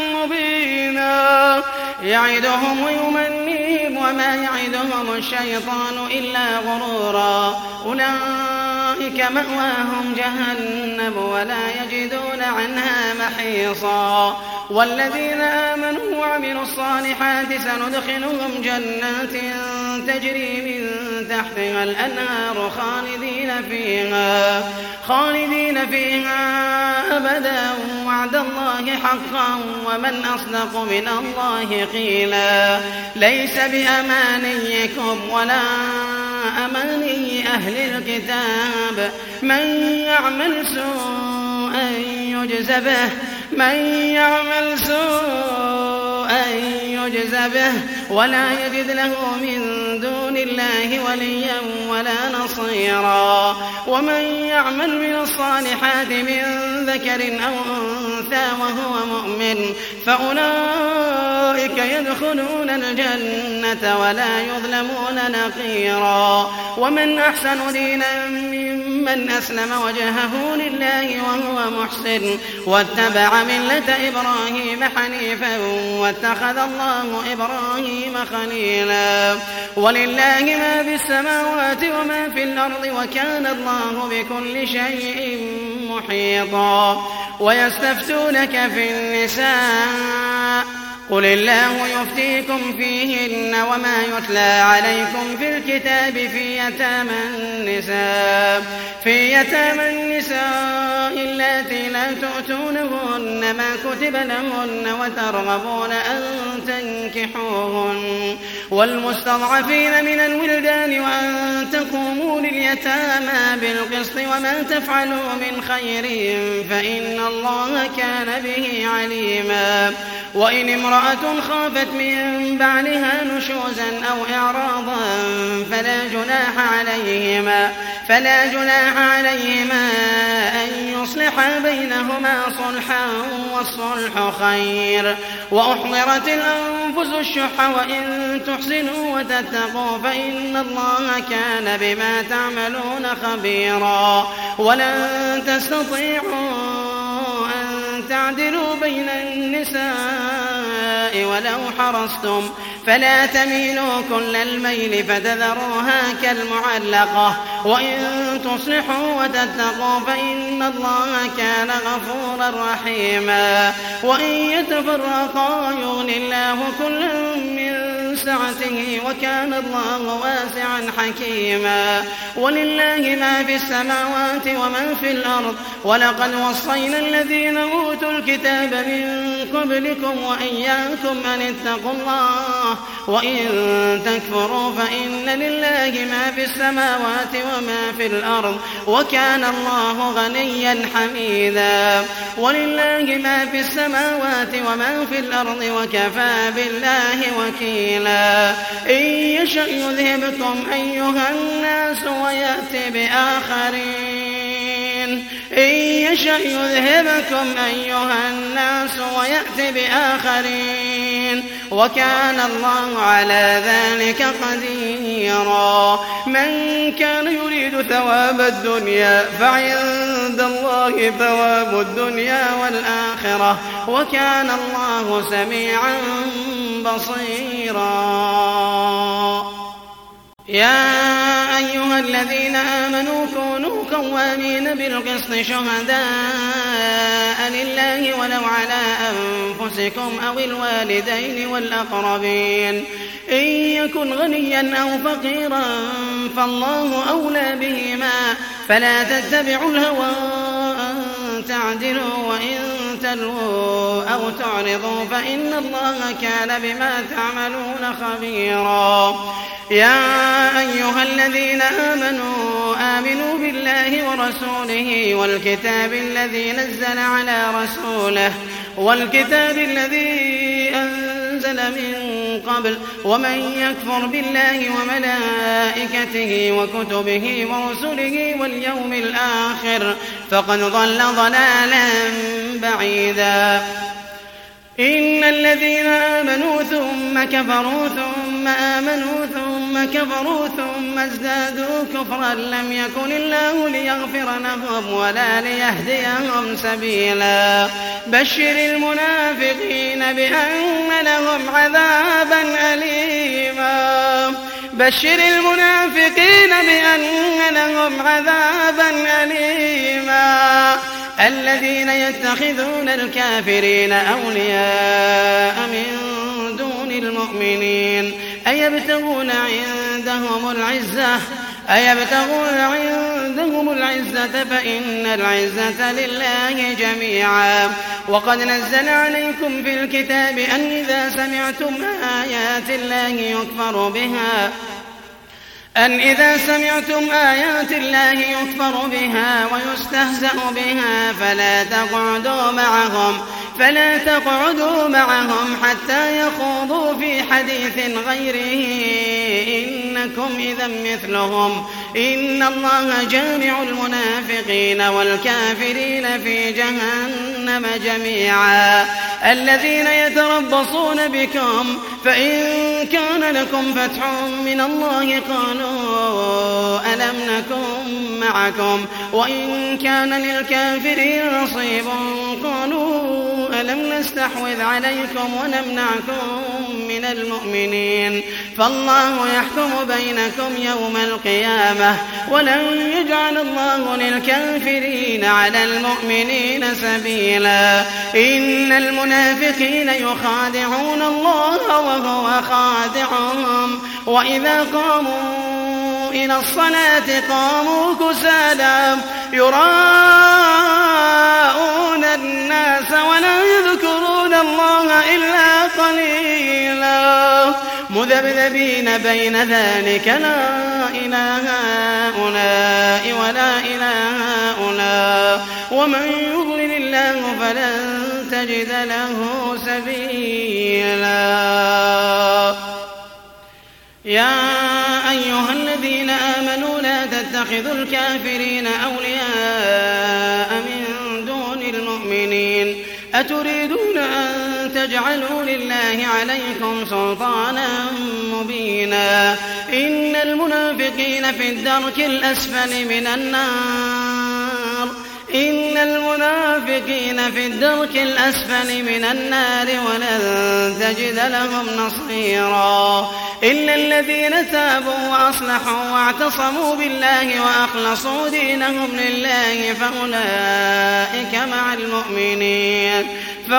مبينا يعدهم ويمنيهم وما يعدهم الشيطان إلا غرورا أولئك مأواهم جهنم ولا يجدون عنها محيصا والذين آمنوا وعملوا الصالحات سندخلهم جنات تجري من تحتها الأنهار خالدين فيها خالدين فيها أبدا وعد الله حقا ومن أصدق من الله قيلا ليس بأمانيكم ولا أماني أهل الكتاب من يعمل سوءا يجز به من يعمل سوءا يجز به ولا يجد له من دون الله وليا ولا نصيرا ومن يعمل من الصالحات من ذكر أو أنثى وهو مؤمن فأولئك يدخلون الجنة ولا يظلمون نقيرا ومن أحسن دينا ممن أسلم وجهه لله وهو محسن واتبع ملة إبراهيم حنيفا واتخذ الله إبراهيم خليلا ولله ما في السماوات وما في الأرض وكان الله بكل شيء محيطا. ويستفتونك في النساء قل الله يفتيكم فيهن وما يتلى عليكم في الكتاب في يتامى النساء في يتامى النساء اللاتي لا تؤتونهن ما كتب لهن وترغبون أن تنكحوهن والمستضعفين من الولدان وأن تقوموا لليتامى بالقسط وما تفعلوا من خير فإن الله كان به عليما. وإن امرأة خافت من بعلها نشوزا أو إعراضا فلا جناح عليهما فلا جناح عليهما أن يصلحا بينهما صلحا والصلح خير. وأحضرت الأنفس الشح وإن تحسنوا وتتقوا فإن الله كان بما تعملون خبيرا. ولن تستطيعوا أن تعدلوا بين النساء ولو حرصتم فلا تميلوا كل الميل فتذروها كالمعلقة. وإن تصلحوا وتتقوا فإن الله كان غفورا رحيما. وإن يتفرقا يغني الله كلا من سعته وكان الله واسعا حكيما. ولله ما في السماوات وما في الأرض ولقد وصينا الذين أوتوا الكتاب من قبلكم وإياكم أن اتقوا الله وإن تكفروا فإن لله ما في السماوات وما في الأرض وكان الله غنيا حميدا. ولله ما في السماوات وما في الأرض وكفى بالله وكيلا. إن يشأ يذهبكم أيها الناس ويأتي بآخرين إن يشأ يذهبكم أيها الناس ويأتي بآخرين وكان الله على ذلك قديرا. من كان يريد ثواب الدنيا فعند الله ثواب الدنيا والآخرة وكان الله سميعا بصيرا. يا أيها الذين آمنوا كونوا قوامين بالقسط شهداء لله ولو على أنفسكم أو الوالدين والأقربين إن يكن غنيا أو فقيرا فالله أولى بهما فلا تتبعوا الهوى أن تعدلوا وإن تلووا أو تعرضوا فإن الله كان بما تعملون خبيرا. يا أيها الذين آمنوا آمنوا بالله ورسوله والكتاب الذي نزل على رسوله والكتاب الذي أنزل من قبل ومن يكفر بالله وملائكته وكتبه ورسله واليوم الآخر فقد ضل ضلالا بعيدا. إن الذين آمنوا ثم كفروا ثم آمنوا ثم كفروا ثم ازدادوا كفرا لم يكن الله ليغفر لهم ولا ليهديهم سبيلا. بشر المنافقين بأن لهم عذابا أليما بشر المنافقين بأن لهم عذابا أليما. الذين يتخذون الكافرين أولياء من دون المؤمنين أيبتغون عندهم العزة أيبتغون عندهم العزة فإن العزة لله جميعا. وقد نزل عليكم في الكتاب أن إذا سمعتم آيات الله يكفر بها أن إذا سمعتم آيات الله يكفر بها ويستهزأ بها فلا تقعدوا معهم فلا تقعدوا معهم حتى يخوضوا في حديث غيره إنكم إذا مثلهم إن الله جامع المنافقين والكافرين في جهنم جميعا. الذين يتربصون بكم فإن كان لكم فتح من الله قالوا ألم نكن معكم وإن كان للكافرين نصيب قالوا ألم نستحوذ عليكم ونمنعكم من المؤمنين فالله يحكم بينكم يوم القيامة ولن يجعل الله للكافرين على المؤمنين سبيلا إن المنافقين يخادعون الله وهو خادعهم وإذا قاموا إلى الصلاة قاموا كسالى يراءون الناس ولا يذكرون الله إلا قليلا مذبذبين بين ذلك لا إله هؤلاء ولا إله هؤلاء ومن يضلل الله فلن تجد له سبيلا. يا أيها الذين آمنوا لا تتخذوا الكافرين أولياء من دون المؤمنين أتريدون أن تجعلوا لله عليكم سلطانا مبينا إن المنافقين في الدرك الأسفل من النار إن المنافقين في الدرك الأسفل من النار ولن تجد لهم نصيرا إلا الذين تابوا وأصلحوا واعتصموا بالله وأخلصوا دينهم لله فأولئك مع المؤمنين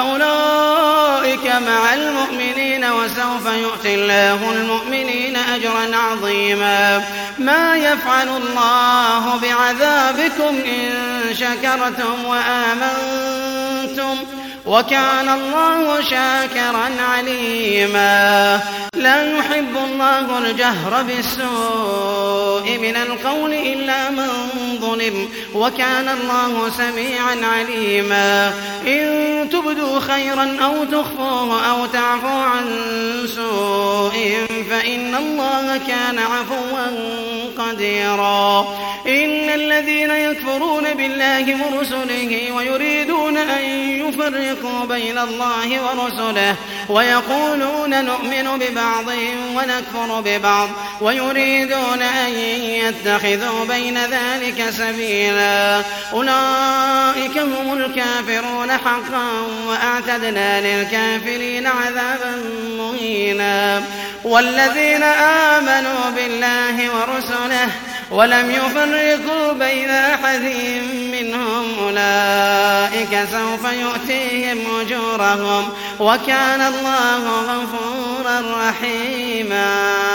فأولئك مع المؤمنين وسوف يؤتي الله المؤمنين أجرا عظيما. ما يفعل الله بعذابكم إن شكرتم وآمنتم وكان الله شاكرا عليما. لا يحب الله الجهر بالسوء من القول إلا من ظلم وكان الله سميعا عليما. إن تبدوا خيرا أو تخفوه أو تعفوا عن سوء فإن الله كان عفوا قديرا. إن الذين يكفرون بالله ورسله ويريدون أن يفرقوا بين الله ورسله ويقولون نؤمن ببعض ونكفر ببعض ويريدون أن يتخذوا بين ذلك سبيلا أولئك هم الكافرون حقا وأعتدنا للكافرين عذابا مهينا. والذين آمنوا بالله ورسله ولم يفرقوا بين أحد منهم أولئك سوف يؤتيهم أجورهم وكان الله غفورا رحيما.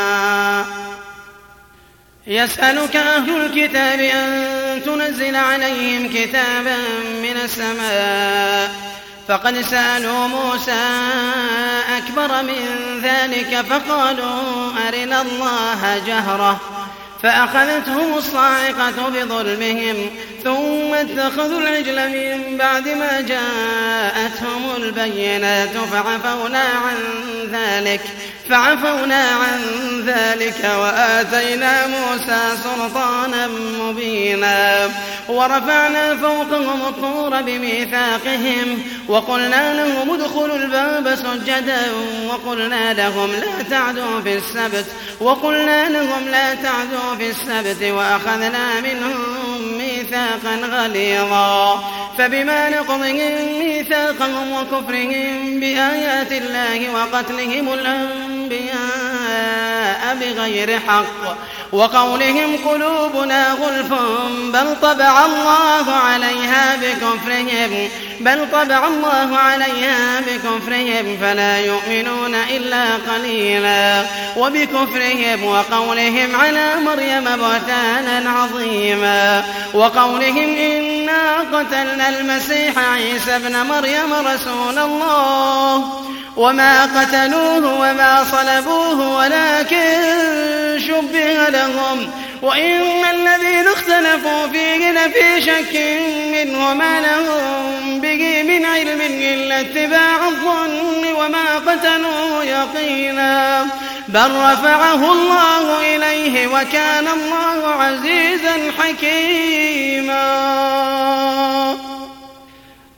يسألك أهل الكتاب أن تنزل عليهم كتابا من السماء فقد سألوا موسى أكبر من ذلك فقالوا أرنا الله جهرة فأخذتهم الصاعقة بظلمهم ثم اتخذوا العجل من بعد ما جاءتهم البينات فعفونا عن ذلك فعفونا عن ذلك وآتينا موسى سلطانا مبينا. ورفعنا فوقهم الطور بميثاقهم وقلنا لهم ادخلوا الباب سجدا وقلنا لهم لا تعدوا في السبت وقلنا لهم لا تعدوا في السبت وأخذنا منهم ميثاقا غليظا. فبما نقضهم ميثاقهم وكفرهم بآيات الله وقتلهم الأنبياء بغير حق وقولهم قلوبنا غلف بل طبع الله عليها بكفرهم بل طبع الله عليها بكفرهم فلا يؤمنون إلا قليلا. وبكفرهم وقولهم على مريم بهتانا عظيما وقولهم إنا قتلنا المسيح عيسى ابن مريم رسول الله وما قتلوه وما صلبوه ولكن شبه لهم وإن الذين اختلفوا فيه لفي شك منه ما لهم به من علم إلا اتباع الظن وما قتلوه يقينا بل رفعه الله إليه وكان الله عزيزا حكيما.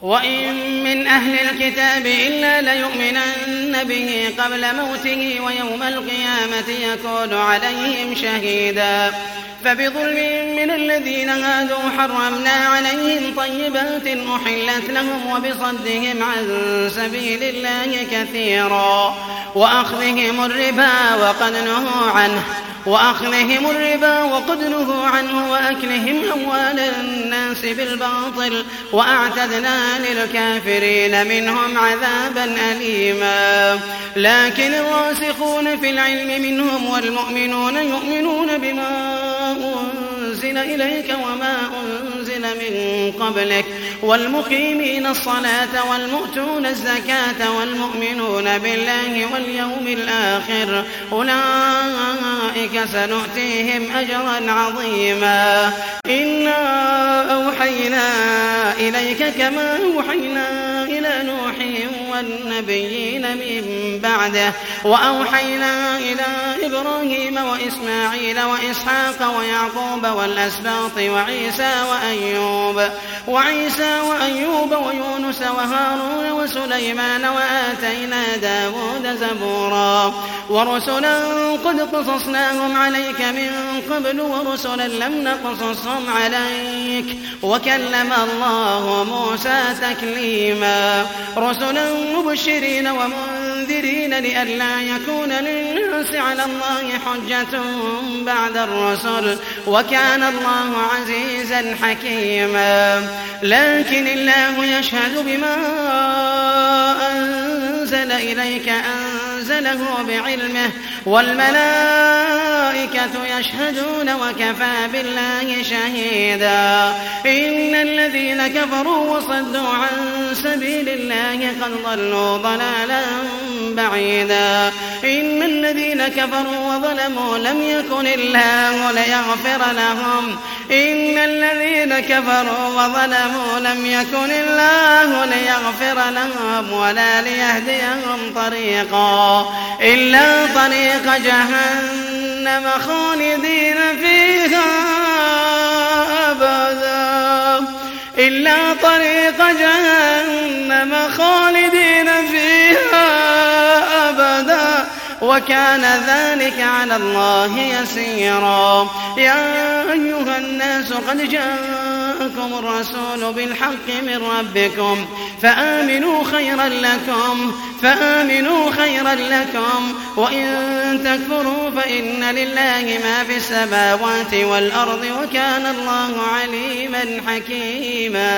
وإن من أهل الكتاب إلا ليؤمنن به قبل موته ويوم القيامة يكون عليهم شهيدا فبظلم من الذين هادوا حرمنا عليهم طيبات أحلت لهم وبصدهم عن سبيل الله كثيرا وأخذهم الربا وقد نهوا عنه وأخذهم الربا وقد نهوا عنه وأكلهم أموال الناس بالباطل وأعتدنا للكافرين منهم عذابا أليما لكن الراسخون في العلم منهم والمؤمنون يؤمنون بما أنزل إليك وما أنزل من قبلك والمقيمين الصلاة والمؤتون الزكاة والمؤمنون بالله واليوم الآخر أولئك سنؤتيهم أجرا عظيما إنا أوحينا إليك كما أوحينا إلى نوح والنبيين من بعده وأوحينا إلى إبراهيم وإسماعيل وإسحاق ويعقوب والأسباط وعيسى وأيوب وعيسى وأيوب ويونس وهارون وسليمان وآتينا داود زبورا ورسلا قد قصصناهم عليك من قبل ورسلا لم نقصصهم عليك وكلم الله موسى تكليما رسلا مبشرين ومنذرين لئلا يكون للناس على الله حجة بعد الرسل وكان الله عزيزا حكيما لكن الله يشهد بما أنزل إليك أنزله بعلمه والملائكة يشهدون وكفى بالله شهيدا إن الذين كفروا وصدوا عن سبيل الله قد ضلوا ضلالا بعيدا إن الذين كفروا وظلموا لم يكن الله ليغفر لهم إن الذين كفروا وظلموا لم يكن الله ليغفر لهم ولا ليهديهم طريقا إلا طريق جهنم خالدين فيها أبدا إلا طريق جهنم خالدين فيها أبدا وكان ذلك على الله يسيرا يا أيها الناس قد جاءكم الرسول بالحق من ربكم فآمنوا خيرا لكم فآمنوا خيرا لكم وإن تكفروا فإن لله ما في السماوات والأرض وكان الله عليما حكيما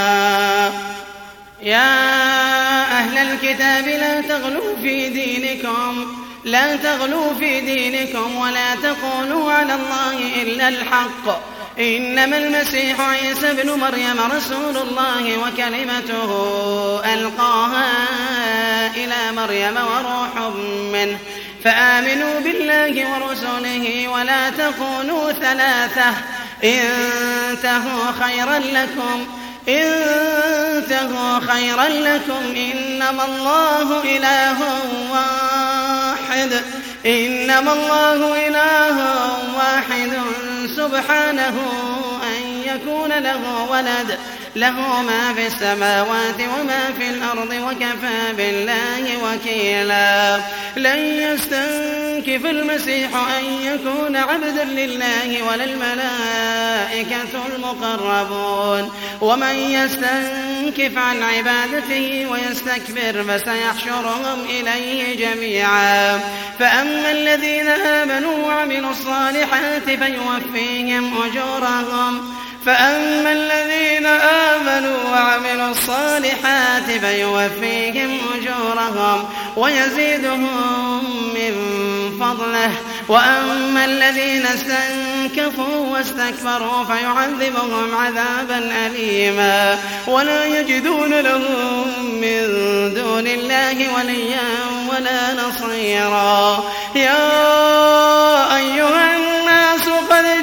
يا أهل الكتاب لا تغلوا في دينكم لا تغلوا في دينكم ولا تقولوا على الله إلا الحق إنما المسيح عيسى ابن مريم رسول الله وكلمته ألقاها إلى مريم وروح منه فآمنوا بالله ورسله ولا تكونوا ثلاثة انتهوا خيرا لكم انتهوا خيرا لكم إنما الله إله واحد إنما الله إله واحد سبحانه أن يكون له ولد له ما في السماوات وما في الأرض وكفى بالله وكيلا لن يستنكف المسيح أن يكون عبدا لله ولا الملائكة المقربون ومن يستنكف عن عبادته ويستكبر فسيحشرهم إليه جميعا فأما الذين آمنوا وعملوا الصالحات فيوفيهم أجورهم فأما الذين آمنوا وعملوا الصالحات فيوفيهم أجورهم ويزيدهم من فضله وأما الذين استنكفوا واستكبروا فيعذبهم عذابا أليما ولا يجدون لهم من دون الله وليا ولا نصيرا يا أيها الناس قد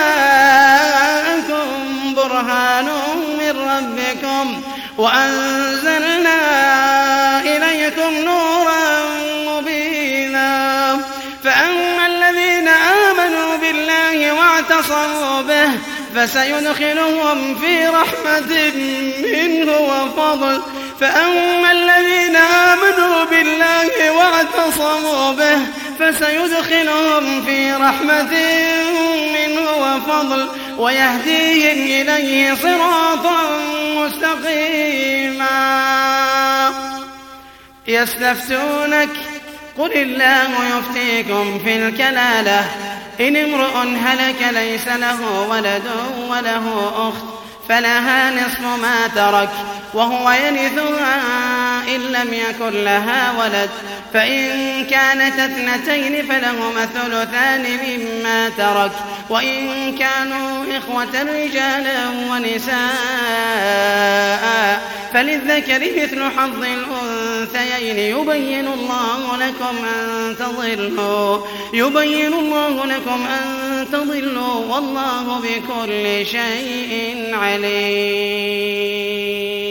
جاءكم برهان من ربكم وأنزلنا إليكم نورا مبينا فأما الذين آمنوا بالله واعتصموا به فسيدخلهم في رحمة منه وفضل. فأما الذين آمنوا بالله واعتصموا به فسيدخلهم في رحمة منه وفضل ويهديهم إليه صراطا مستقيما. يستفتونك قل الله يفتيكم في الكلالة إن امرؤ هلك ليس له ولد وله أخت فلها نصف ما ترك وهو يرثها إن لم يكن لها ولد فإن كانت اثنتين فلهما الثلثان مما ترك وإن كانوا إخوة رجالا ونساء فللذكر مثل حظ الأنثيين يبين الله لكم أن تضلوا يبين الله لكم أن تضلوا، والله بكل شيء عليم.